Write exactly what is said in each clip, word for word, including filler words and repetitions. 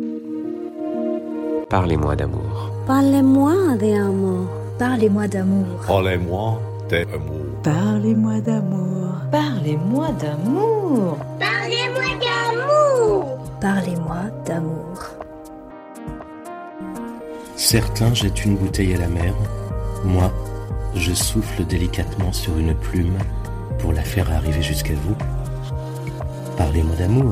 Parlez-moi d'amour. Parlez-moi d'amour. Parlez-moi d'amour. Parlez-moi d'amour. Parlez-moi d'amour. Parlez-moi d'amour. Parlez-moi d'amour. Parlez-moi d'amour. Certains jettent une bouteille à la mer. Moi, je souffle délicatement sur une plume pour la faire arriver jusqu'à vous. Parlez-moi d'amour.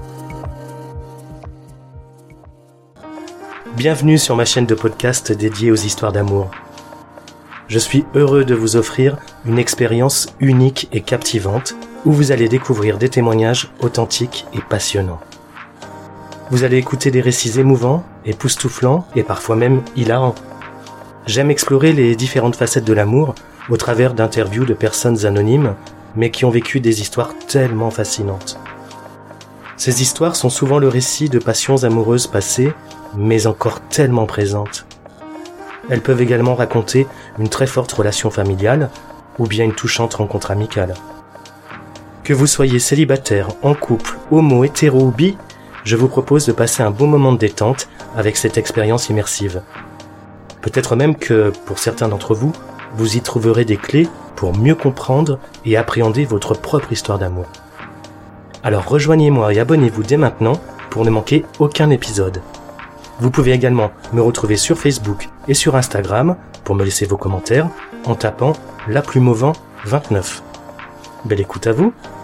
Bienvenue sur ma chaîne de podcast dédiée aux histoires d'amour. Je suis heureux de vous offrir une expérience unique et captivante où vous allez découvrir des témoignages authentiques et passionnants. Vous allez écouter des récits émouvants, époustouflants et parfois même hilarants. J'aime explorer les différentes facettes de l'amour au travers d'interviews de personnes anonymes, mais qui ont vécu des histoires tellement fascinantes. Ces histoires sont souvent le récit de passions amoureuses passées, mais encore tellement présentes. Elles peuvent également raconter une très forte relation familiale ou bien une touchante rencontre amicale. Que vous soyez célibataire, en couple, homo, hétéro ou bi, je vous propose de passer un bon moment de détente avec cette expérience immersive. Peut-être même que, pour certains d'entre vous, vous y trouverez des clés pour mieux comprendre et appréhender votre propre histoire d'amour. Alors rejoignez-moi et abonnez-vous dès maintenant pour ne manquer aucun épisode. Vous pouvez également me retrouver sur Facebook et sur Instagram pour me laisser vos commentaires en tapant La Plume au Vent vingt-neuf. Belle écoute à vous!